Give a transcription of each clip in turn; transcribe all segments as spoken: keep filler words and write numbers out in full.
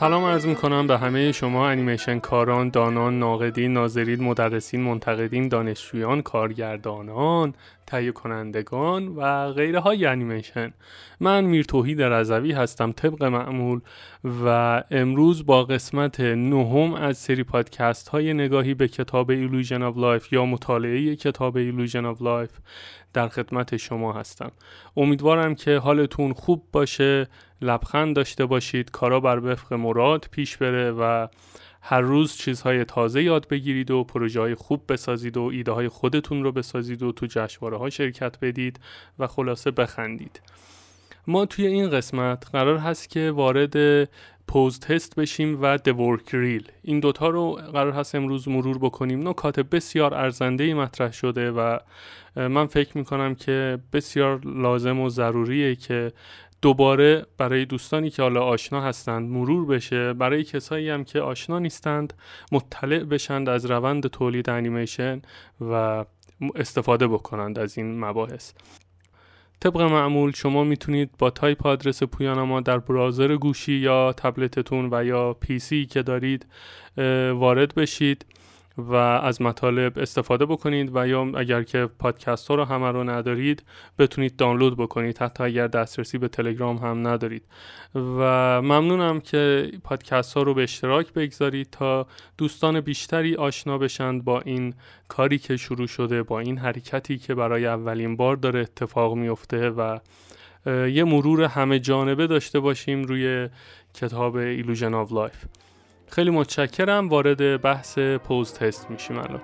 سلام عرض میکنم به همه شما انیمیشن کاران، دانان، ناقدین، ناظرین، مدرسین، منتقدین، دانشجویان، کارگردانان، تهیه کنندگان و غیره های انیمیشن. من میر توحید رضوی هستم طبق معمول و امروز با قسمت نهم از سری پادکست های نگاهی به کتاب ایلوژن آف لایف یا مطالعه کتاب ایلوژن آف لایف در خدمت شما هستم. امیدوارم که حالتون خوب باشه، لبخند داشته باشید، کارا بر وفق مراد پیش بره و هر روز چیزهای تازه یاد بگیرید و پروژه‌های خوب بسازید و ایده های خودتون رو بسازید و تو جشنواره‌ها شرکت بدید و خلاصه بخندید. ما توی این قسمت قرار هست که وارد پوز تست بشیم و د ورک ریل. این دوتا رو قرار هست امروز مرور بکنیم. نکات بسیار ارزنده‌ای مطرح شده و من فکر میکنم که بسیار لازم و ضروریه که دوباره برای دوستانی که حالا آشنا هستند مرور بشه، برای کسایی هم که آشنا نیستند مطلع بشند از روند تولید انیمیشن و استفاده بکنند از این مباحث. طبق معمول شما میتونید با تایپ آدرس پویانما در براوزر گوشی یا تبلتتون و یا پی سی که دارید وارد بشید و از مطالب استفاده بکنید و یا اگر که پادکست ها رو همه رو ندارید بتونید دانلود بکنید، حتی اگر دسترسی به تلگرام هم ندارید. و ممنونم که پادکست ها رو به اشتراک بگذارید تا دوستان بیشتری آشنا بشند با این کاری که شروع شده، با این حرکتی که برای اولین بار داره اتفاق میفته و یه مرور همه جانبه داشته باشیم روی کتاب ایلوژن آف لایف. خیلی متشکرم. وارد بحث پوز تست میشیم الان.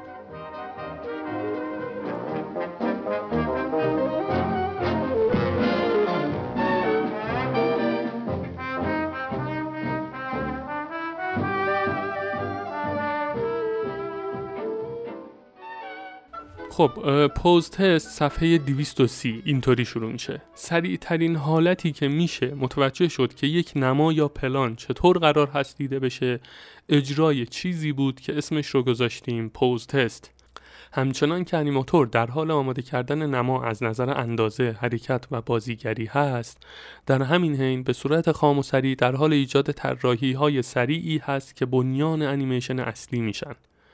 خب پوز تست صفحه دویست و سی اینطوری شروع میشه: سریع ترین حالتی که میشه متوجه شد که یک نما یا پلان چطور قرار هست دیده بشه اجرای چیزی بود که اسمش رو گذاشتیم پوز تست. همچنان که انیماتور در حال آماده کردن نما از نظر اندازه، حرکت و بازیگری هست، در همین حین به صورت خام و سریع در حال ایجاد طراحی های سریعی هست که بنیان انیمیشن اصلی میشن.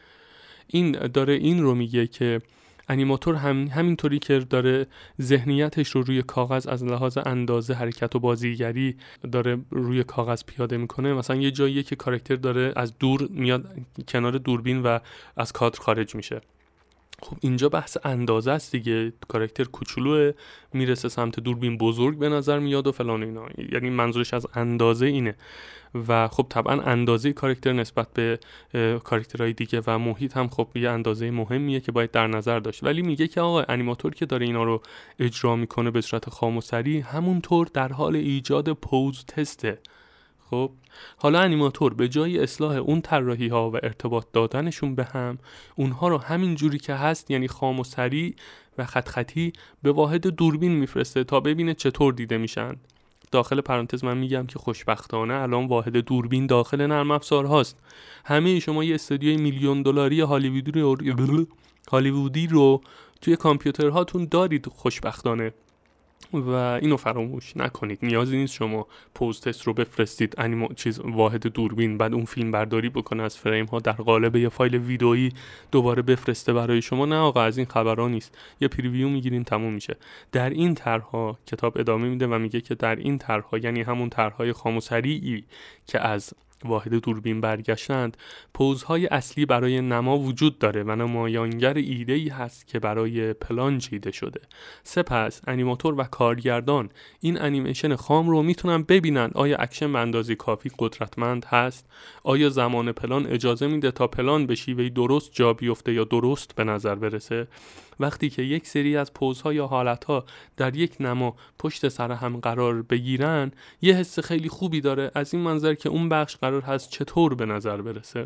این داره این رو میگه که انیماتور هم همینطوری که داره ذهنیتش رو روی کاغذ از لحاظ اندازه، حرکت و بازیگری داره روی کاغذ پیاده میکنه. مثلا یه جاییه که کاراکتر داره از دور میاد کنار دوربین و از کادر خارج میشه. خب اینجا بحث اندازه است دیگه، کاراکتر کوچولوه میرسه سمت دوربین بزرگ به نظر میاد و فلان اینا، یعنی منظورش از اندازه اینه. و خب طبعا اندازه کاراکتر نسبت به کاراکترهای دیگه و محیط هم خب یه اندازه مهمیه که باید در نظر داشت. ولی میگه که آقا انیماتور که داره اینا رو اجرا میکنه به صورت خام و سریع، همونطور در حال ایجاد پوز تسته. خب حالا انیماتور به جای اصلاح اون طراحی ها و ارتباط دادنشون به هم، اونها رو همین جوری که هست، یعنی خام و سریع و خط خطی، به واحد دوربین میفرسته تا ببینه چطور دیده میشن. داخل پرانتز من میگم که خوشبختانه الان واحد دوربین داخل نرم افزار هاست. همه شما یه استودیوی میلیون دلاری هالیوودی رو هالیوودی رو توی کامپیوترهاتون دارید خوشبختانه و اینو فراموش نکنید. نیازی نیست شما پوز تست رو بفرستید انیمو چیز واحد دوربین بعد اون فیلم برداری بکنه از فریم ها در قالب یه فایل ویدئویی دوباره بفرسته برای شما. نه آقا، از این خبرها نیست. یه پریویو میگیرین تموم میشه. در این طرح‌ها کتاب ادامه میده و میگه که در این طرح‌ها، یعنی همون طرح‌های خام و سریعی که از واحد دوربین برگشتند، پوزهای اصلی برای نما وجود داره و نمایانگر ایده‌ای هست که برای پلان چیده شده. سپس انیماتور و کارگردان این انیمیشن خام رو میتونن ببینن آیا اکشن به اندازه کافی قدرتمند هست، آیا زمان پلان اجازه میده تا پلان به شیوه درست جا بیفته یا درست به نظر برسه. وقتی که یک سری از پوزها یا حالتها در یک نما پشت سر هم قرار بگیرن، یه حس خیلی خوبی داره از این منظر که اون بخش قرار هست چطور به نظر برسه.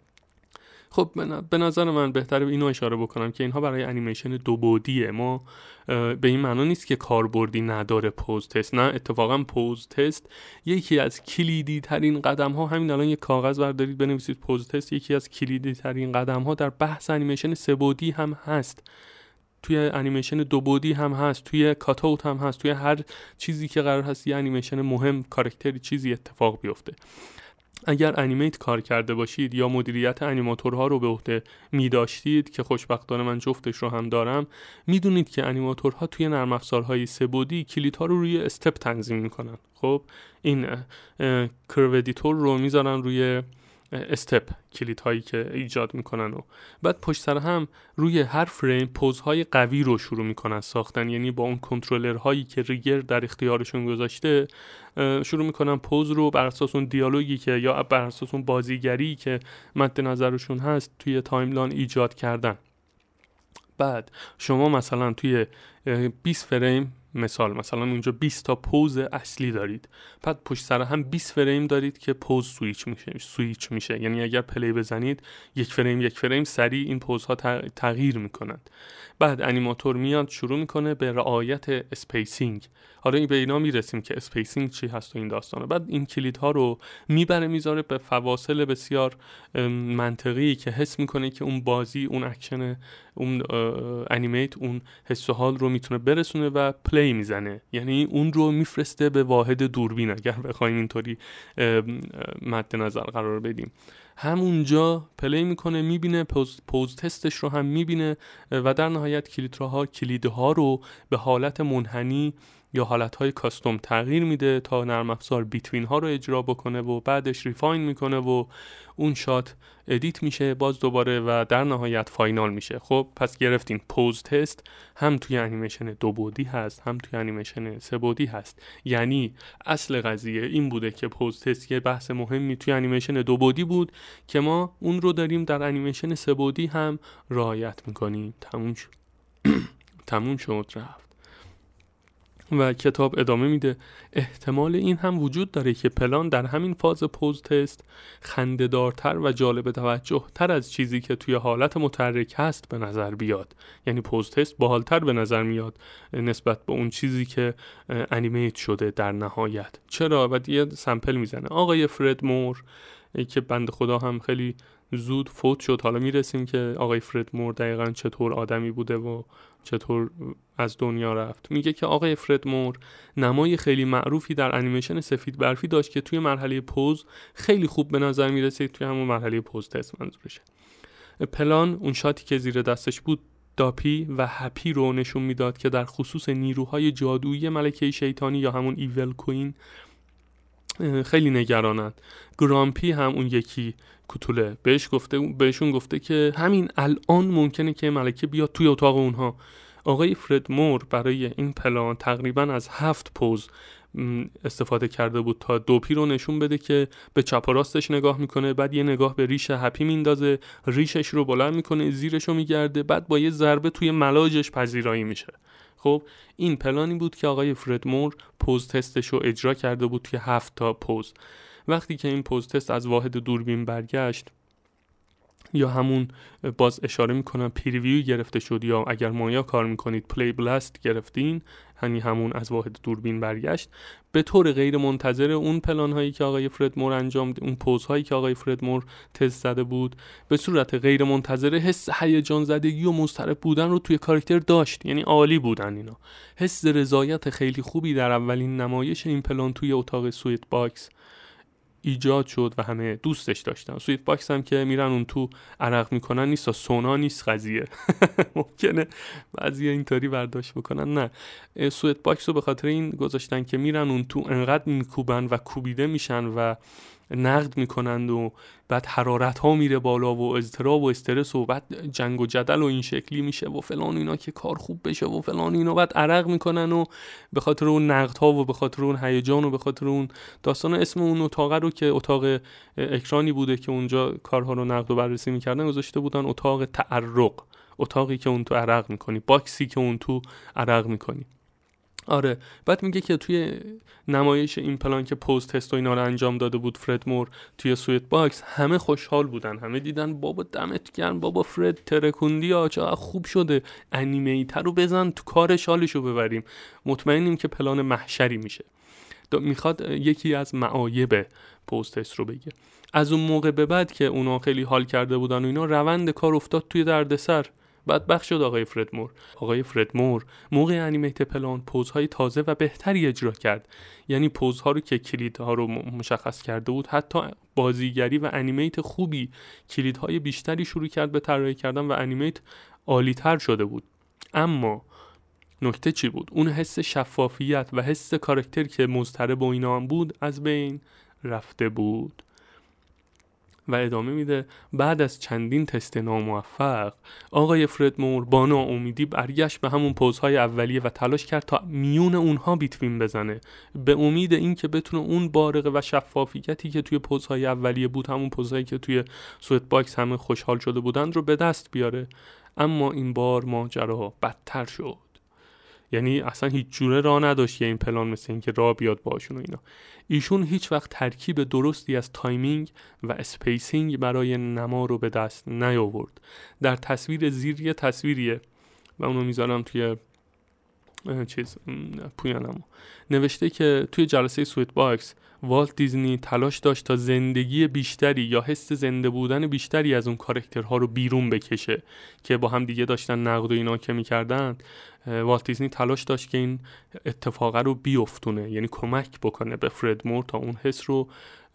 خب به نظر من بهتره به اینو اشاره بکنم که اینها برای انیمیشن دو بعدیه. ما به این معنی نیست که کاربردی نداره پوز تست، نه، اتفاقا پوز تست یکی از کلیدی ترین قدم ها، همین الان یک کاغذ بردارید بنویسید پوز تست، یکی از کلیدی ترین قدم ها در بحث انیمیشن سه بعدی هم هست، توی انیمیشن دو بعدی هم هست، توی کاتاوت هم هست، توی هر چیزی که قرار هست یه انیمیشن مهم کاراکتری چیزی اتفاق بیفته. اگر انیمیت کار کرده باشید یا مدیریت انیماتورها رو به عهده می داشتید که خوشبختانه من جفتش رو هم دارم، میدونید که انیماتورها توی نرم افزارهای سه بعدی کلیدها رو روی استپ تنظیم میکنن. خب این کرو ادیتور رو میذارن روی استپ، کلید هایی که ایجاد میکنن و بعد پشت سر هم روی هر فریم پوزهای قوی رو شروع میکنن ساختن. یعنی با اون کنترلر هایی که ریگر در اختیارشون گذاشته شروع میکنن پوز رو بر اساس اون دیالوگی که یا بر اساس اون بازیگری که مد نظرشون هست توی تایملاین ایجاد کردن. بعد شما مثلا توی بیست فریم مثال مثلا اونجا بیست تا پوز اصلی دارید، بعد پشت سر هم بیست فریم دارید که پوز سویچ میشه سویچ میشه یعنی اگر پلی بزنید یک فریم یک فریم سریع این پوزها تغییر میکنند. بعد انیماتور میاد شروع میکنه به رعایت اسپیسینگ. حالا به اینا میرسیم که اسپیسینگ چی هست و این داستانه. بعد این کلیدها رو میبره میذاره به فواصل بسیار منطقی که حس میکنه که اون بازی، اون اکشن، اون انیمیت اون حس و حال رو میتونه برسونه و پلی میزنه. یعنی اون رو میفرسته به واحد دوربین اگر بخوایم اینطوری مد نظر قرار بدیم. همونجا پلی میکنه، میبینه پوز, پوز تستش رو هم میبینه و در نهایت کلیدها کلیدها رو به حالت منحنی یا حالتهای کاستوم تغییر میده تا نرم افزار بیتوین ها رو اجرا بکنه و بعدش ریفاین میکنه و اون شات ادیت میشه باز دوباره و در نهایت فاینال میشه. خب پس گرفتین پوز تست هم توی انیمیشن دو بعدی هست هم توی انیمیشن سه بعدی هست. یعنی اصل قضیه این بوده که پوز تست یه بحث مهمی توی انیمیشن دو بعدی بود که ما اون رو داریم در انیمیشن سه بعدی هم رعایت میکنیم. تموم شد. تموم شد رفت. و کتاب ادامه میده احتمال این هم وجود داره که پلان در همین فاز پوز تست خنده‌دارتر و جالب توجه تر از چیزی که توی حالت متحرک هست به نظر بیاد. یعنی پوز تست باحالتر به نظر میاد نسبت به اون چیزی که انیمیت شده در نهایت. چرا؟ و یه سمپل میزنه. آقای فرد مور که بنده خدا هم خیلی زود فوت شد، حالا میرسیم که آقای فرد مور دقیقاً چطور آدمی بوده و چطور از دنیا رفت. میگه که آقای فرد مور نمای خیلی معروفی در انیمیشن سفید برفی داشت که توی مرحله پوز خیلی خوب به نظر میرسید، توی همون مرحله پوز تست منظورشه. پلان اون شاتی که زیر دستش بود داپی و هپی رو نشون میداد که در خصوص نیروهای جادویی ملکه شیطانی یا همون ایول کوین خیلی نگرانند. گرامپی هم اون یکی کوتوله بهش گفته بهشون گفته که همین الان ممکنه که ملکه بیاد توی اتاق اونها. آقای فرد مور برای این پلان تقریبا از هفت پوز استفاده کرده بود تا دوپی رو نشون بده که به چپ و راستش نگاه میکنه، بعد یه نگاه به ریش هپی میندازه، ریشش رو بلند میکنه، زیرش رو میگرده، بعد با یه ضربه توی ملاجش پذیرایی میشه. خب این پلانی بود که آقای فرد مور پوز تستش رو اجرا کرده بود توی هفت تا پوز. وقتی که این پوز تست از واحد دوربین برگشت یا همون باز اشاره میکنم پریویو گرفته شد یا اگر مایا کار میکنید پلی بلاست گرفتین، یعنی همون از واحد دوربین برگشت، به طور غیر منتظره اون پلان هایی که آقای فرد مور انجام اون پوز هایی که آقای فرد مور تست زده بود به صورت غیر منتظره حس هیجان زدگی و مضطرب بودن رو توی کاراکتر داشت. یعنی عالی بودن اینا. حس رضایت خیلی خوبی در اولین نمایش این پلان توی اتاق سویت باکس ایجاد شد و همه دوستش داشتن. سویت باکس هم که میرن اون تو عرق میکنن نیست، سونا نیست قضیه. ممکنه بعضی اینطوری برداشت بکنن. نه، سویت باکس رو به خاطر این گذاشتن که میرن اون تو انقدر میکوبن و کوبیده میشن و نقد میکنند و بعد حرارت ها میره بالا و اضطراب و استرس و بعد جنگ و جدل و این شکلی میشه و فلان اینا که کار خوب بشه و فلان اینا، بعد عرق میکنن و به خاطر اون نقد ها و به خاطر اون هیجان و به خاطر اون داستان. اسم اون اتاق رو که اتاق اکرانی بوده که اونجا کارها رو نقد و بررسی میکردن گذاشته بودن اتاق تعرق، اتاقی که اون تو عرق میکنی، باکسی که اون تو عرق میکنی. آره. بعد میگه که توی نمایش این پلان که پوز تست و اینا رو انجام داده بود فرد مور توی سویت باکس همه خوشحال بودن، همه دیدن بابا دمت گرم بابا فرد ترکوندی ها، چقدر خوب شده، انیمیتر رو بزن تو کارش حالشو ببریم. مطمئنیم که پلان محشری میشه. میخواد یکی از معایب پوز تست رو بگه. از اون موقع به بعد که اونا خیلی حال کرده بودن و اینا روند کار افتاد توی دردسر بدبخت شد آقای فرد مور. آقای فرد مور موقع انیمیت پلان پوزهای تازه و بهتری اجرا کرد. یعنی پوزها رو که کلیدها رو مشخص کرده بود، حتی بازیگری و انیمیت خوبی، کلیدهای بیشتری شروع کرد به طراحی کردن و انیمیت عالی‌تر شده بود. اما نکته چی بود؟ اون حس شفافیت و حس کاراکتر که مضطرب و اینا هم بود از بین رفته بود. و ادامه میده بعد از چندین تست ناموفق آقای فرد مور با ناامیدی برگشت به همون پوزهای اولیه و تلاش کرد تا میون اونها بیتوین بزنه، به امید اینکه بتونه اون بارقه و شفافیتی که توی پوزهای اولیه بود، همون پوزهایی که توی سویت باکس همه خوشحال شده بودن رو به دست بیاره. اما این بار ماجرا بدتر شد. یعنی اصلا هیچ جوره راه نداشت این پلان مثل این که راه بیاد باشون و اینا. ایشون هیچ وقت ترکیب درستی از تایمینگ و اسپیسینگ برای نما رو به دست نیاورد. در تصویر زیر یه تصویریه و اونو میذارم توی چیز پویانمو، نوشته که توی جلسه سویت باکس والت دیزنی تلاش داشت تا زندگی بیشتری یا حس زنده بودن بیشتری از اون کاراکترها رو بیرون بکشه که با هم دیگه داشتن نقد و اینا که میکردن. والت دیزنی تلاش داشت که این اتفاقه رو بیافتونه، یعنی کمک بکنه به فرد مور تا اون حس رو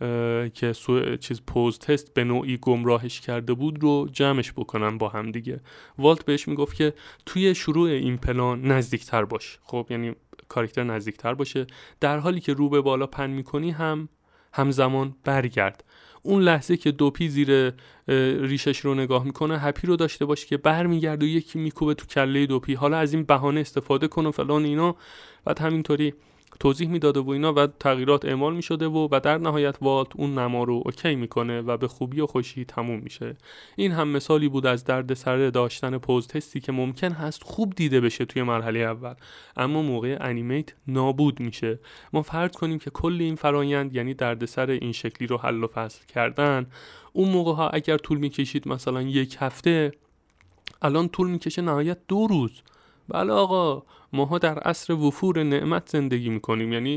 که سو چیز پوز تست به نوعی گمراهش کرده بود رو جمعش بکنن با هم دیگه. والت بهش میگفت که توی شروع این پلان نزدیکتر باش، خب یعنی کاراکتر نزدیکتر باشه، در حالی که رو به بالا پن میکنی هم همزمان برگرد. اون لحظه که دوپی زیر ریشش رو نگاه میکنه هپی رو داشته باشه که برمیگرده و یکی میکوبه تو کله دوپی، حالا از این بهانه استفاده کن و فلان اینا. بعد همینطوری توضیح میداده و اینا و تغییرات اعمال میشده و و در نهایت والت اون نما رو اوکی میکنه و به خوبی و خوشی تموم میشه. این هم مثالی بود از دردسر داشتن پوز تستی که ممکن هست خوب دیده بشه توی مرحله اول اما موقع انیمیت نابود میشه. ما فرض کنیم که کل این فرایند، یعنی دردسر این شکلی رو حل و فصل کردن، اون موقع ها اگر طول میکشید مثلا یک هفته، الان طول میکشه نهایت دو روز. بله آقا، ماها در عصر وفور نعمت زندگی میکنیم. یعنی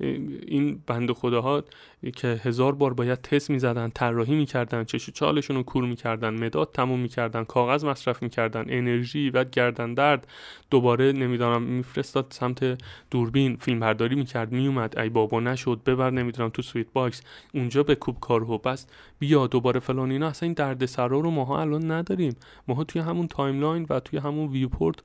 این بنده خداها که هزار بار باید تست میزدن، طراحی میکردن، چش و چالشون رو کور میکردن، مداد تموم میکردن، کاغذ مصرف میکردن، انرژی و گردن درد، دوباره نمیدونم میفرستاد سمت دوربین، فیلم برداری میکرد، میومد، ای بابا نشد، ببر نمیدونم تو سویت باکس، اونجا به کوب کارو، بس بیا دوباره فلان اینا. اصلا این دردسرا رو ماها الان نداریم. ماها توی همون تایملاین و توی همون ویوپورت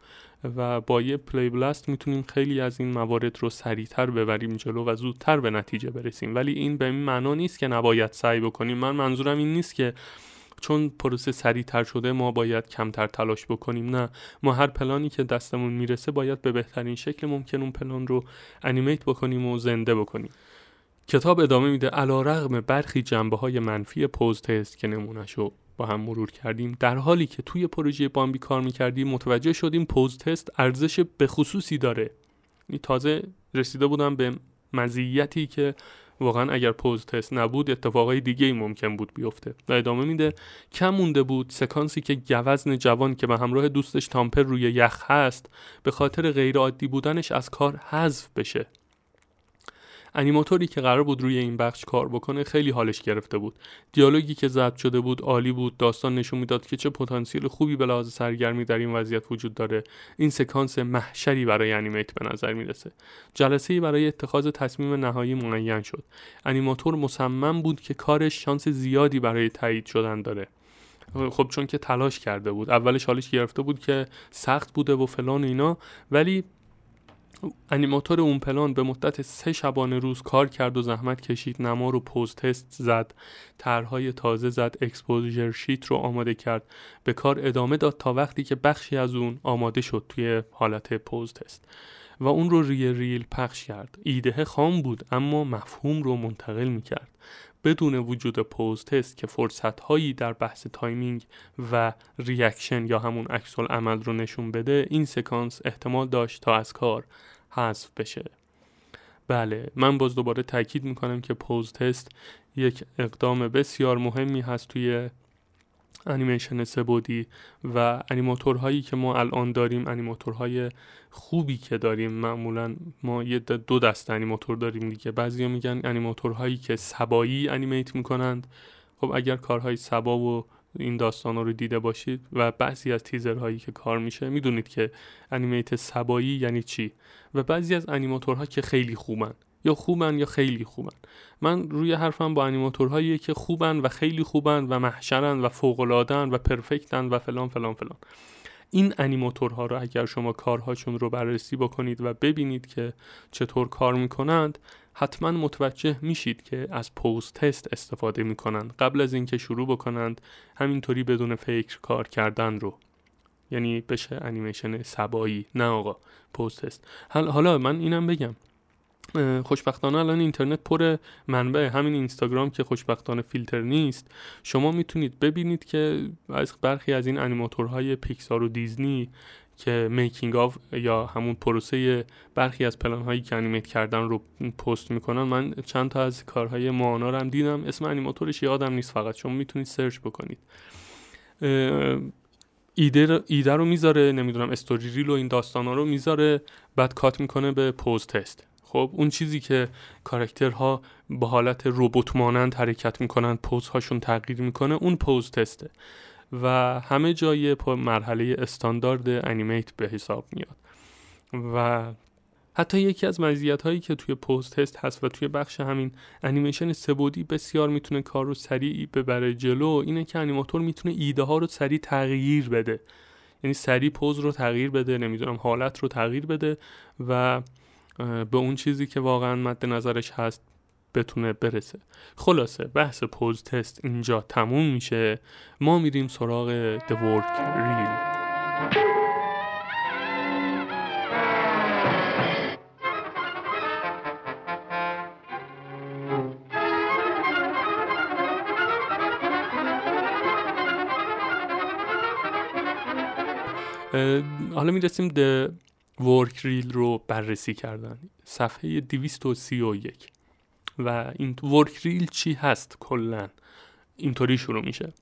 و با یه پلی بلاست میتونیم خیلی از این موارد رو سریعتر ببریم جلو و زودتر به نتیجه برسیم. ولی این به این معنا نیست که نباید سعی بکنیم. من منظورم این نیست که چون پروسه سریعتر شده ما باید کمتر تلاش بکنیم. نه، ما هر پلانی که دستمون میرسه باید به بهترین شکل ممکن اون پلان رو انیمیت بکنیم و زنده بکنیم. کتاب ادامه میده علیرغم برخی جنبه‌های منفی پوز تست که نمونه‌شو با هم مرور کردیم، در حالی که توی پروژه بامبی کار میکردیم متوجه شدیم پوز تست ارزش به خصوصی داره. تازه رسیده بودم به مزیتی که واقعا اگر پوز تست نبود اتفاقای دیگه ای ممکن بود بیفته. و ادامه میده کم مونده بود سکانسی که گوزن جوان که به همراه دوستش تامپر روی یخ هست به خاطر غیر عادی بودنش از کار حذف بشه. انیماتوری که قرار بود روی این بخش کار بکنه خیلی حالش گرفته بود. دیالوگی که ضبط شده بود عالی بود. داستان نشون میداد که چه پتانسیل خوبی به لحاظ سرگرمی در این وضعیت وجود داره. این سکانس محشری برای انیمیت به نظر میرسه. جلسه‌ای برای اتخاذ تصمیم نهایی معین شد. انیماتور مصمم بود که کارش شانس زیادی برای تایید شدن داره. خب چون که تلاش کرده بود. اولش حالش گرفته بود که سخت بوده و فلان و اینا، ولی انیماتور اون پلان به مدت سه شبانه روز کار کرد و زحمت کشید، نما رو پوز تست زد، طرح‌های تازه زد، اکسپوژر شیت رو آماده کرد، به کار ادامه داد تا وقتی که بخشی از اون آماده شد توی حالت پوز تست و اون رو ریل ریل پخش کرد. ایده خام بود اما مفهوم رو منتقل می‌کرد. بدون وجود پوز تست که فرصت‌هایی در بحث تایمینگ و ریاکشن یا همون عکس العمل رو نشون بده، این سکانس احتمال داشت تا از کار حذف بشه. بله، من باز دوباره تاکید میکنم که پوز تست یک اقدام بسیار مهمی هست توی انیمیشن سه‌بعدی و انیماتورهایی که ما الان داریم، انیماتورهای خوبی که داریم، معمولا ما یه دو دسته انیماتور داریم دیگه. بعضیا میگن انیماتورهایی که سبایی انیمیت میکنند. خب اگر کارهای سبا و این داستانا رو دیده باشید و بعضی از تیزرهایی که کار میشه میدونید که انیمیت سبایی یعنی چی. و بعضی از انیماتورها که خیلی خوبن، یا خوبن یا خیلی خوبن. من روی حرفم با انیماتورهایی که خوبن و خیلی خوبن و محشرن و فوق‌العاده‌ان و پرفکتن و فلان فلان فلان. این انیماتورها رو اگر شما کارهاشون رو بررسی بکنید و ببینید که چطور کار میکنند، حتما متوجه میشید که از پوست تست استفاده میکنند قبل از اینکه شروع بکنند همینطوری بدون فکر کار کردن رو. یعنی بشه انیمیشن سبایی. نه آقا، پوست تست. حالا من اینم بگم، خوشبختانه الان اینترنت پر منبع، همین اینستاگرام که خوشبختانه فیلتر نیست، شما میتونید ببینید که از برخی از این انیماتورهای پیکسار و دیزنی که میکینگ آف یا همون پروسه برخی از پلان هایی که انیمیت کردن رو پست میکنن. من چند تا از کارهای مانا رو هم دیدم، اسم انیماتورش یادم نیست، فقط شما میتونید سرچ بکنید. ایده رو, ایده رو میذاره، نمیدونم استوری ریل و این داستانا رو میذاره، بعد کات میکنه به پوز تست. خب اون چیزی که کاراکترها با حالت ربات مانند حرکت میکنن، پوزهاشون تغییر میکنه، اون پوز تسته و همه جای مرحله استاندارد انیمیت به حساب میاد. و حتی یکی از مزیت‌هایی که توی پوز تست هست و توی بخش همین انیمیشن سه‌بعدی بسیار میتونه کار رو سریع ببره جلو، اینه که انیماتور میتونه ایده ها رو سریع تغییر بده. یعنی سریع پوز رو تغییر بده، نمیدونم حالت رو تغییر بده و به اون چیزی که واقعا مد نظرش هست بتونه برسه. خلاصه بحث پوز تست اینجا تموم میشه. ما میریم سراغ The Work Reel. حالا میرسیم The Work Reel رو بررسی کردن، صفحه دویست و سی و یک. و این Work Reel چی هست کلن؟ اینطوری شروع میشه: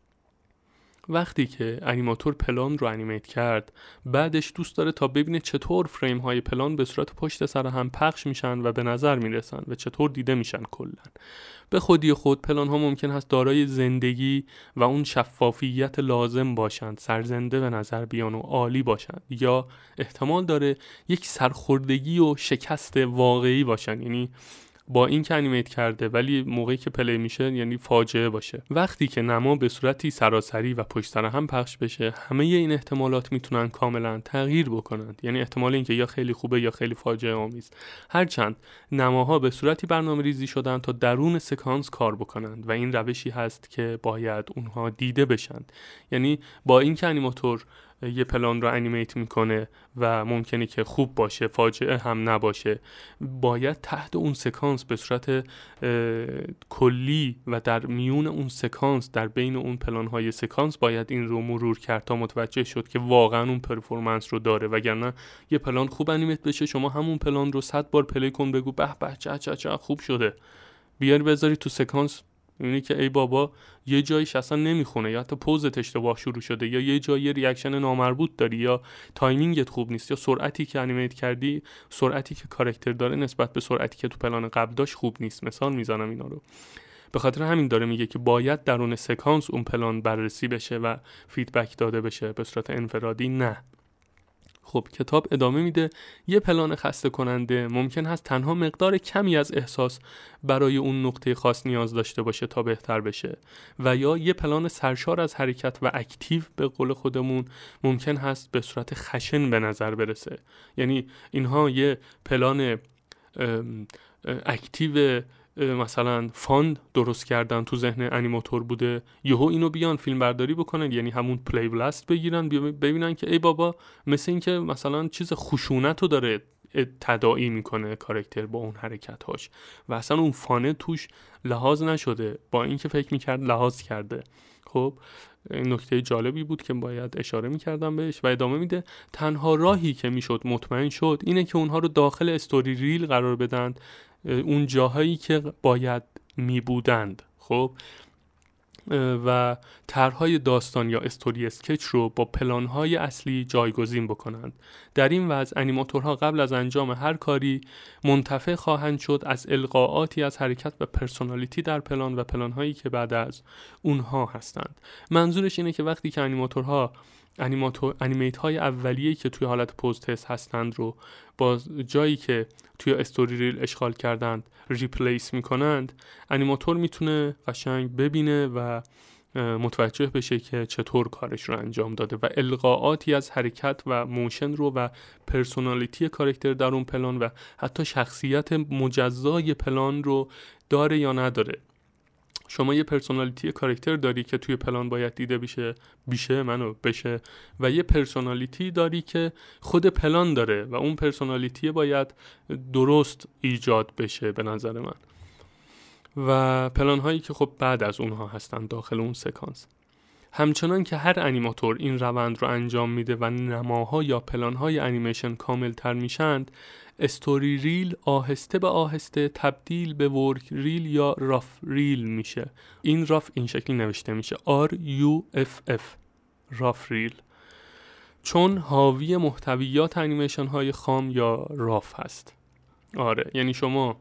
وقتی که انیماتور پلان رو انیمیت کرد، بعدش دوست داره تا ببینه چطور فریم های پلان به صورت پشت سر هم پخش میشن و به نظر میرسن و چطور دیده میشن. کلن به خودی خود پلان ها ممکن هست دارای زندگی و اون شفافیت لازم باشند، سرزنده به نظر بیان و عالی باشند، یا احتمال داره یک سرخوردگی و شکست واقعی باشن، یعنی با این که انیمیت کرده ولی موقعی که پلی میشه یعنی فاجعه باشه. وقتی که نما به صورتی سراسری و پشت سر هم پخش بشه، همه این احتمالات میتونن کاملا تغییر بکنند. یعنی احتمال اینکه یا خیلی خوبه یا خیلی فاجعه آمیز. هرچند نماها به صورتی برنامه ریزی شدن تا درون سکانس کار بکنند و این روشی هست که باید اونها دیده بشند. یعنی با این که انیماتور یه پلان رو انیمیت میکنه و ممکنه که خوب باشه، فاجعه هم نباشه، باید تحت اون سکانس به صورت کلی و در میون اون سکانس، در بین اون پلان های سکانس باید این رو مرور کرد تا متوجه شد که واقعا اون پرفورمنس رو داره. وگرنه یه پلان خوب انیمیت بشه، شما همون پلان رو صد بار پلی کن بگو به به چه چه چه خوب شده، بیاری بذاری تو سکانس، اینی که ای بابا یه جایش اصلا نمیخونه، یا حتی پوزت اشتباه شروع شده، یا یه جایی ریاکشن نامربوط داری، یا تایمینگت خوب نیست، یا سرعتی که انیمیت کردی، سرعتی که کاراکتر داره نسبت به سرعتی که تو پلان قبل داشت خوب نیست. مثال میزنم اینا رو. به خاطر همین داره میگه که باید درون سکانس اون پلان بررسی بشه و فیدبک داده بشه به صورت انفرادی نه. خب کتاب ادامه میده: یه پلان خسته کننده ممکن هست تنها مقدار کمی از احساس برای اون نقطه خاص نیاز داشته باشه تا بهتر بشه، و یا یه پلان سرشار از حرکت و اکتیو به قول خودمون ممکن هست به صورت خشن به نظر برسه. یعنی اینها یه پلان اکتیو مثلا فاند درست کردن تو ذهن انیماتور بوده، یهو اینو بیان فیلم برداری بکنن، یعنی همون پلی بلاست بگیرن ببینن که ای بابا مثل این که مثلا چیز خشونت رو داره تداعی میکنه کاراکتر با اون حرکتاش و اصلا اون فانه توش لحاظ نشده با اینکه فکر میکرد لحاظ کرده. خب این نکته جالبی بود که باید اشاره میکردم بهش. و ادامه میده: تنها راهی که میشد مطمئن شد اینه که اونها رو داخل استوری ریل قرار بدن، اون جاهایی که باید می بودند. خب و طرح‌های داستان یا استوری اسکچ رو با پلان‌های اصلی جایگزین بکنند. در این وضع انیماتورها قبل از انجام هر کاری منتفع خواهند شد از القاءاتی از حرکت و پرسونالیتی در پلان و پلان‌هایی که بعد از اونها هستند. منظورش اینه که وقتی که انیماتورها انیماتور انیمیت های اولیه‌ای که توی حالت پوز تست هستند رو با جایی که توی استوری ریل اشغال کردند ریپلیس میکنند، انیماتور میتونه قشنگ ببینه و متوجه بشه که چطور کارش رو انجام داده و القاءاتی از حرکت و موشن رو و پرسونالیتی کاراکتر در اون پلان و حتی شخصیت مجزای پلان رو داره یا نداره. شما یه پرسونالیتی کاراکتر داری که توی پلان باید دیده بشه بشه منو بشه و یه پرسونالیتی داری که خود پلان داره و اون پرسونالیتی باید درست ایجاد بشه به نظر من. و پلان هایی که خب بعد از اونها هستن داخل اون سکانس. همچنان که هر انیماتور این روند رو انجام میده و نماها یا پلان های انیمیشن کامل تر میشند، استوری ریل آهسته به آهسته تبدیل به ورک ریل یا راف ریل میشه. این راف این شکلی نوشته میشه آر یو اف اف، راف ریل، چون حاوی محتویات انیمیشن های خام یا راف هست. آره، یعنی شما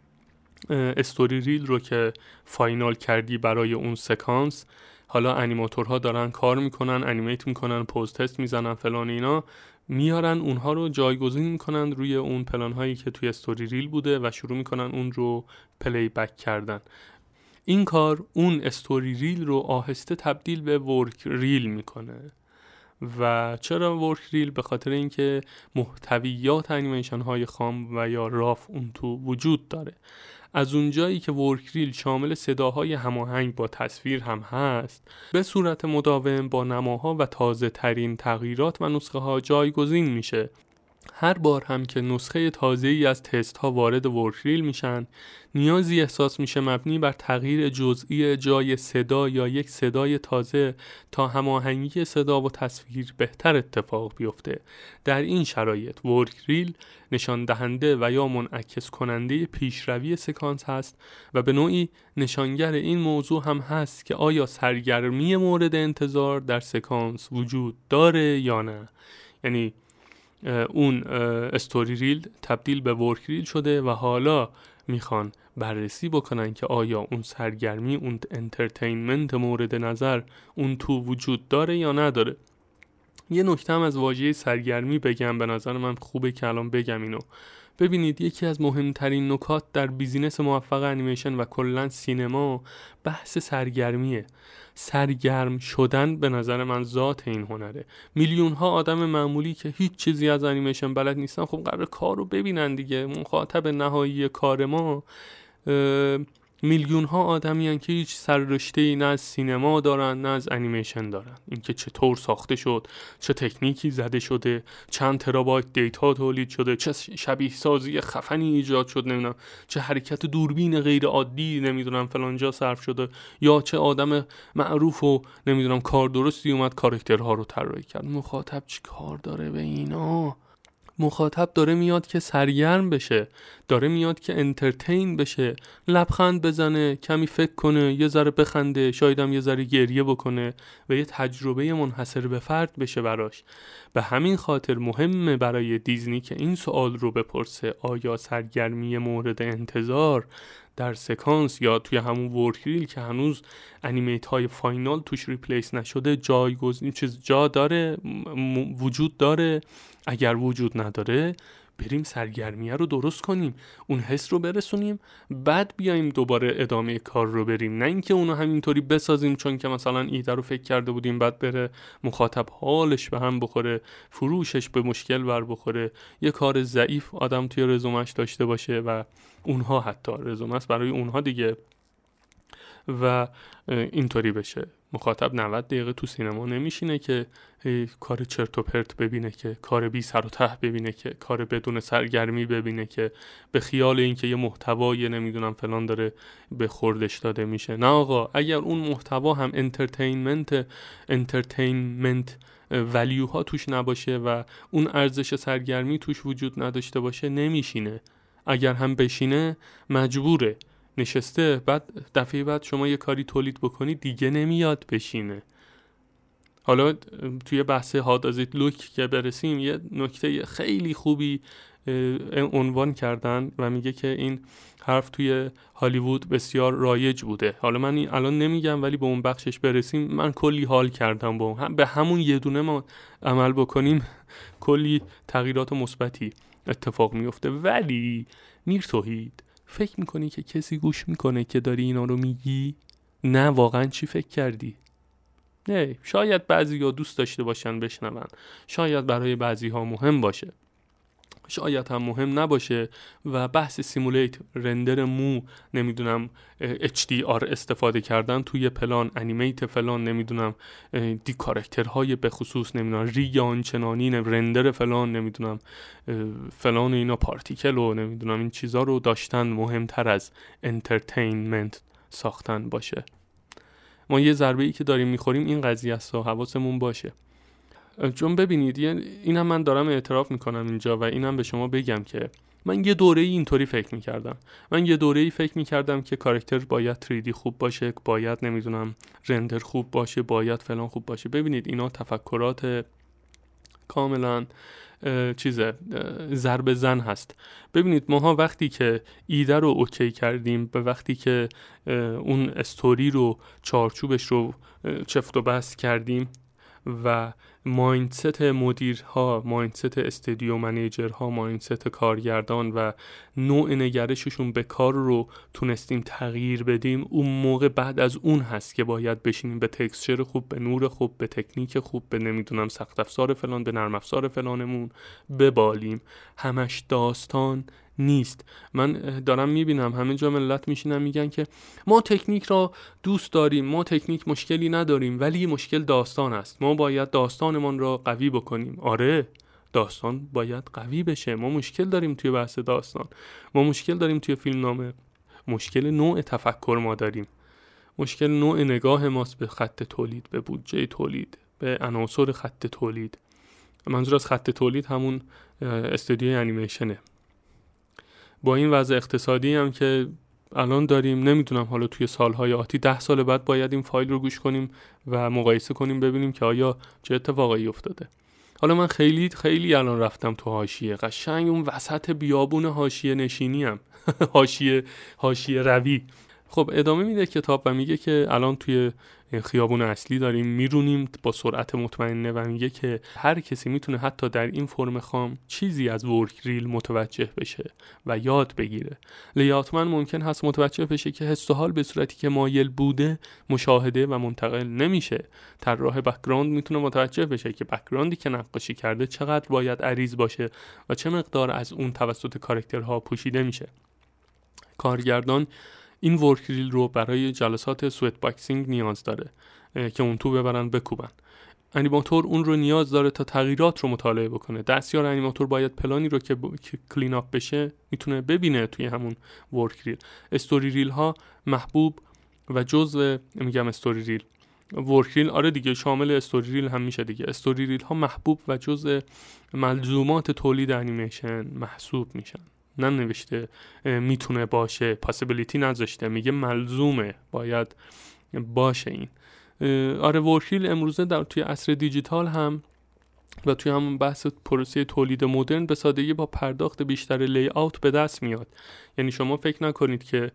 استوری ریل رو که فاینال کردی برای اون سکانس، حالا انیماتورها دارن کار میکنن، انیمیت میکنن، پوز تست میزنن فلان اینا، میارن اونها رو جایگزین میکنن روی اون پلان هایی که توی استوری ریل بوده و شروع میکنن اون رو پلی بک کردن. این کار اون استوری ریل رو آهسته تبدیل به ورک ریل میکنه. و چرا ورک ریل؟ به خاطر اینکه محتویات انیمیشن های خام و یا راف اون تو وجود داره. از اونجایی که ورک ریل شامل صداهای هماهنگ با تصویر هم هست، به صورت مداوم با نماها و تازه ترین تغییرات و نسخه ها جایگزین میشه. هر بار هم که نسخه تازه‌ای از تست ها وارد ورک ریل میشن، نیازی احساس میشه مبنی بر تغییر جزئی جای صدا یا یک صدای تازه تا هماهنگی صدا و تصویر بهتر اتفاق بیفته. در این شرایط ورک ریل نشان دهنده و یا منعکس کننده پیشروی سکانس هست و به نوعی نشانگر این موضوع هم هست که آیا سرگرمی مورد انتظار در سکانس وجود داره یا نه. یعنی اون استوری ریل تبدیل به ورک ریل شده و حالا میخوان بررسی بکنن که آیا اون سرگرمی، اون انترتینمنت مورد نظر اون تو وجود داره یا نداره. یه نکته هم از واژه سرگرمی بگم، به نظر من خوبه که الان بگم اینو. ببینید، یکی از مهمترین نکات در بیزینس موفق انیمیشن و کلاً سینما بحث سرگرمیه. سرگرم شدن به نظر من ذات این هنره. میلیون ها آدم معمولی که هیچ چیزی از انیمیشن بلد نیستن، خب قراره کار رو ببینن دیگه. مخاطب نهایی کار ما میلیون ها آدمی هن که هیچ سررشته‌ای نه از سینما دارن نه از انیمیشن دارن. اینکه چطور ساخته شد، چه تکنیکی زده شده، چند ترابایت دیتا تولید شده، چه شبیه سازی خفنی ایجاد شد، نمیدونم چه حرکت دوربین غیر عادی نمیدونم فلانجا صرف شده، یا چه آدم معروف و نمیدونم کار درستی اومد کاراکترها رو طراحی کرد. مخاطب چی کار داره به اینا؟ مخاطب داره میاد که سرگرم بشه، داره میاد که انترتین بشه، لبخند بزنه، کمی فکر کنه، یه ذره بخنده، شاید هم یه ذره گریه بکنه و یه تجربه منحصر به فرد بشه براش. به همین خاطر مهمه برای دیزنی که این سوال رو بپرسه: آیا سرگرمی مورد انتظار در سکانس یا توی همون ورک ریل که هنوز انیمیت های فاینال توش ریپلیس نشده جایگزین چیز جا داره، م- وجود داره؟ اگر وجود نداره، بریم سرگرمیه رو درست کنیم، اون حس رو برسونیم، بعد بیایم دوباره ادامه کار رو بریم. نه اینکه اونو همینطوری بسازیم چون که مثلا ایده رو فکر کرده بودیم بعد بره مخاطب حالش به هم بخوره، فروشش به مشکل بر بخوره، یه کار ضعیف آدم توی رزومش داشته باشه و اونها حتی رزومه است برای اونها دیگه و اینطوری بشه. مخاطب نود دقیقه تو سینما نمیشینه که کار چرت و پرت ببینه، که کار بی سر و ته ببینه، که کار بدون سرگرمی ببینه، که به خیال اینکه یه محتوایی نمیدونم فلان داره به خوردش داده میشه. نه آقا، اگر اون محتوا هم انترتینمنت انترتینمنت ولیو ها توش نباشه و اون ارزش سرگرمی توش وجود نداشته باشه، نمیشینه. اگر هم بشینه مجبوره نشسته، بعد دفعه بعد شما یه کاری تولید بکنی دیگه نمیاد بشینه. حالا توی بحث How does it look که برسیم یه نکته خیلی خوبی عنوان کردن و میگه که این حرف توی هالیوود بسیار رایج بوده. حالا من این الان نمیگم ولی به اون بخشش برسیم من کلی حال کردم با هم. به همون یه دونه ما عمل بکنیم کلی تغییرات مثبتی اتفاق میفته. ولی میر توحید فکر میکنی که کسی گوش میکنه که داری اینا رو میگی؟ نه واقعا چی فکر کردی؟ نه، شاید بعضی ها دوست داشته باشن بشنون، شاید برای بعضی ها مهم باشه، شاید هم مهم نباشه و بحث سیمولیت رندر مو نمیدونم اچ دی آر استفاده کردن توی پلان انیمیت فلان نمیدونم دی کاراکترهای به خصوص نمیدونم ریگ آنچنانی رندر فلان نمیدونم فلان اینا پارتیکل و نمیدونم این چیزا رو داشتن مهمتر از انترتینمنت ساختن باشه. ما یه ضربه ای که داریم میخوریم این قضیه است و حواسمون باشه. چون ببینید این هم من دارم اعتراف میکنم اینجا و اینم به شما بگم که من یه دوره ای اینطوری فکر میکردم. من یه دوره ای فکر میکردم که کاراکتر باید تری دی خوب باشه، باید نمیدونم رندر خوب باشه، باید فلان خوب باشه. ببینید اینا تفکرات کاملا چیزه ضرب زن هست. ببینید ماها وقتی که ایده رو اوکی کردیم، به وقتی که اون استوری رو چارچوبش رو چفت و بست کردیم و مایندست مدیرها، مایندست استودیو منیجرها، مایندست کارگردان و نوع نگرششون به کار رو تونستیم تغییر بدیم، اون موقع بعد از اون هست که باید بشینیم به تکسچر خوب، به نور خوب، به تکنیک خوب، به نمیدونم سخت افزار فلان، به نرم افزار فلانمون ببالیم. همش داستان نیست. من دارم میبینم همه جا ملت میشینن میگن که ما تکنیک را دوست داریم، ما تکنیک مشکلی نداریم، ولی مشکل داستان است، ما باید داستانمان را قوی بکنیم. آره داستان باید قوی بشه، ما مشکل داریم توی بحث داستان، ما مشکل داریم توی فیلمنامه، مشکل نوع تفکر ما داریم، مشکل نوع نگاه ماست به خط تولید، به بودجه تولید، به عناصر خط تولید. منظور از خط تولید همون استودیوی انیمیشنه. با این وضع اقتصادی هم که الان داریم، نمیدونم حالا توی سالهای آتی ده سال بعد باید این فایل رو گوش کنیم و مقایسه کنیم ببینیم که آیا چه اتفاقی افتاده. حالا من خیلی خیلی الان رفتم تو حاشیه، قشنگ اون وسط بیابون حاشیه نشینی ام حاشیه حاشیه روی. خب ادامه میده کتاب و میگه که الان توی خیابون اصلی داریم میرونیم با سرعت مطمئنه و میگه که هر کسی میتونه حتی در این فرم خام چیزی از ورک ریل متوجه بشه و یاد بگیره. لیاتمن ممکن هست متوجه بشه که حس و حال به صورتی که مایل بوده مشاهده و منتقل نمیشه. طراح بک‌گراند میتونه متوجه بشه که بک‌گراندی که نقاشی کرده چقدر باید عریض باشه و چه مقدار از اون توسط کاراکترها پوشیده میشه. کارگردان این ورک ریل رو برای جلسات سویت باکسینگ نیاز داره که اون تو ببرن بکوبن. انیماتور اون رو نیاز داره تا تغییرات رو مطالعه بکنه. دستیار انیماتور باید پلانی رو که, ب... که کلین اپ بشه میتونه ببینه توی همون ورک ریل. استوری ریل ها محبوب و جزء میگم استوری ریل ورک ریل آره دیگه شامل استوری ریل هم میشه دیگه. استوری ریل ها محبوب و جزء ملزومات تولید انیمیشن محسوب میشن. ننوشته میتونه باشه، پاسیبیلیتی نذاشته، میگه ملزومه، باید باشه این. آره ورک ریل امروزه در توی عصر دیجیتال هم و توی همون بحث پروسه تولید مدرن به سادگی با پرداخت بیشتر لی آوت به دست میاد. یعنی شما فکر نکنید که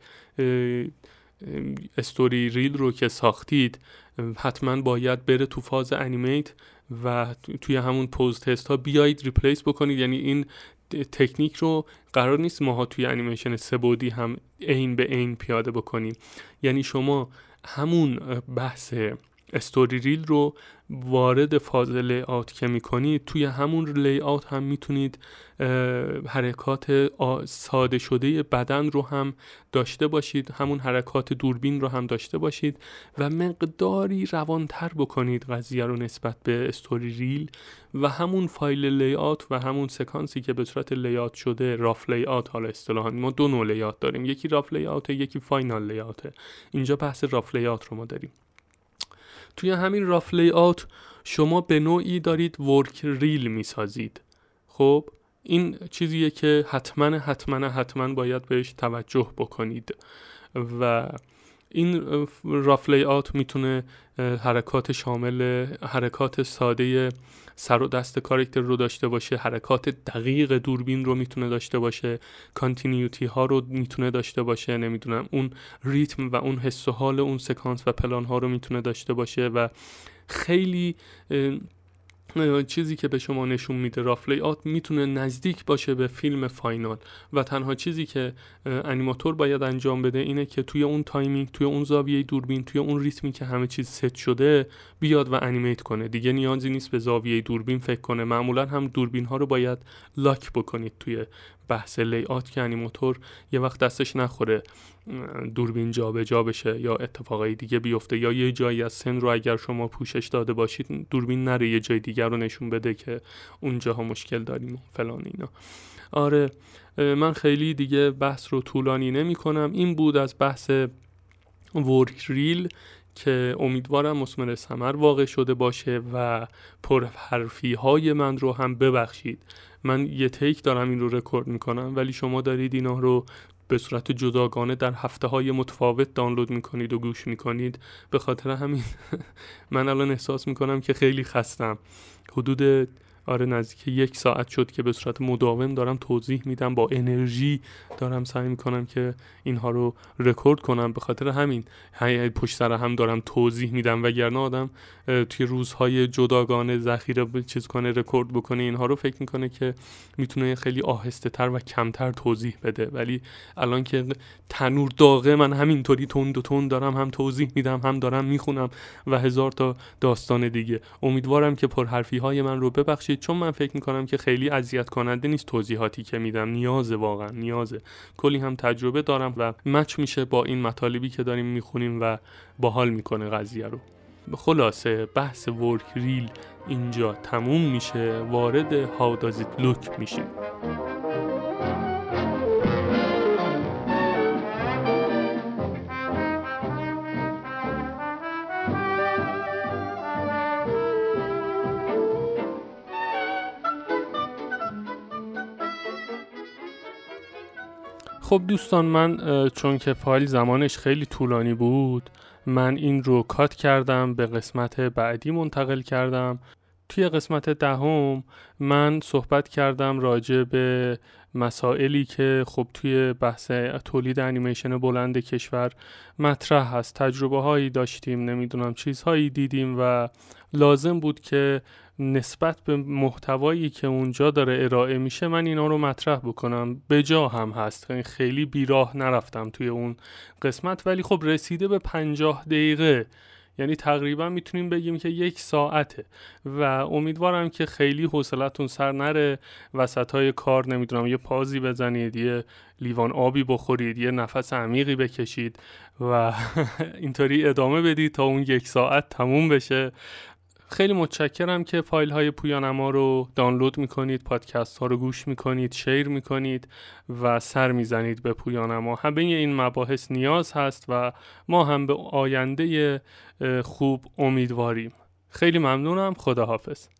استوری ریل رو که ساختید حتما باید بره تو فاز انیمیت و توی همون پوز تست ها بیایید ریپلیس بکنید. یعنی این تکنیک رو قرار نیست ماها توی انیمیشن سه بعدی هم عین به عین پیاده بکنیم. یعنی شما همون بحث استوری ریل رو وارد فاز لی آوت که میکنید توی همون لی آوت هم میتونید حرکات ساده شده بدن رو هم داشته باشید، همون حرکات دوربین رو هم داشته باشید و مقداری روانتر بکنید قضیه رو نسبت به استوری ریل و همون فایل لی آوت و همون سکانسی که به صورت لی آوت شده، راف لی آوت. حالا اصطلاحاً ما دو نوع لی آوت داریم، یکی راف لی آوت، یکی فاینال لی آوت. اینجا بحث راف لی آوت رو ما داریم. توی همین راف لی آوت شما به نوعی دارید ورک ریل میسازید. خب این چیزیه که حتما حتما حتما باید بهش توجه بکنید. و این راف لی آوت میتونه حرکات شامل حرکات ساده سر و دست کاراکتر رو داشته باشه، حرکات دقیق دوربین رو میتونه داشته باشه، کانتینیوتی ها رو میتونه داشته باشه، نمیدونم اون ریتم و اون حس و حال اون سکانس و پلان ها رو میتونه داشته باشه و خیلی چیزی که به شما نشون میده راف لی آوت میتونه نزدیک باشه به فیلم فاینال و تنها چیزی که انیماتور باید انجام بده اینه که توی اون تایمینگ، توی اون زاویه دوربین، توی اون ریتمی که همه چیز ست شده بیاد و انیمیت کنه. دیگه نیازی نیست به زاویه دوربین فکر کنه. معمولا هم دوربین ها رو باید لاک بکنید توی بحث لی آوت که انیماتور یه وقت دستش نخوره دوربین جا به جا بشه یا اتفاقای دیگه بیفته یا یه جایی از سن رو اگر شما پوشش داده باشید دوربین نره یه جای دیگر رو نشون بده که اونجاها مشکل داریم و فلان اینا. آره من خیلی دیگه بحث رو طولانی نمی کنم. این بود از بحث ورک ریل که امیدوارم مثمر ثمر واقع شده باشه و پرحرفی های من رو هم ببخشید. من یه تیک دارم این رو رکورد میکنم ولی شما دارید اینا رو به صورت جداگانه در هفته های متفاوت دانلود میکنید و گوش میکنید. به خاطر همین من الان احساس میکنم که خیلی خستم. حدود آره نزدیک یک ساعت شد که به صورت مداوم دارم توضیح میدم، با انرژی دارم سعی میکنم که اینها رو رکورد کنم. به خاطر همین پشت سر هم دارم توضیح میدم، وگرنه آدم توی روزهای جداگانه ذخیره چیز کنه رکورد بکنه اینها رو فکر میکنه که میتونه خیلی آهسته تر و کمتر توضیح بده، ولی الان که تنور داغه من همینطوری تند و تند دارم هم توضیح میدم هم دارم میخونم و هزار تا داستان دیگه. امیدوارم که پرحرفی های من رو ببخشید چون من فکر میکنم که خیلی اذیت کننده نیست توضیحاتی که میدم. نیازه، واقعا نیازه. کلی هم تجربه دارم و مچ میشه با این مطالبی که داریم میخونیم و باحال میکنه قضیه رو. خلاصه بحث ورک ریل اینجا تموم میشه، وارد هاو داز ایت لوک میشیم. خب دوستان، من چون که فایل زمانش خیلی طولانی بود من این رو کات کردم، به قسمت بعدی منتقل کردم. توی قسمت دهم من صحبت کردم راجع به مسائلی که خب توی بحث تولید انیمیشن بلند کشور مطرح هست. تجربه هایی داشتیم، نمیدونم چیزهایی دیدیم و لازم بود که نسبت به محتوایی که اونجا داره ارائه میشه من اینا رو مطرح بکنم. به جا هم هست، خیلی بیراه نرفتم توی اون قسمت، ولی خب رسیده به پنجاه دقیقه، یعنی تقریبا میتونیم بگیم که یک ساعته و امیدوارم که خیلی حوصلتون سر نره. وسطای کار نمیدونم یه پازی بزنید، یه لیوان آبی بخورید، یه نفس عمیقی بکشید و اینطوری ادامه بدید تا اون یک ساعت تموم بشه. خیلی متشکرم که فایل های پویانما رو دانلود میکنید، پادکست ها رو گوش میکنید، شیر میکنید و سر میزنید به پویانما. همه این مباحث نیاز هست و ما هم به آینده خوب امیدواریم. خیلی ممنونم. خداحافظ.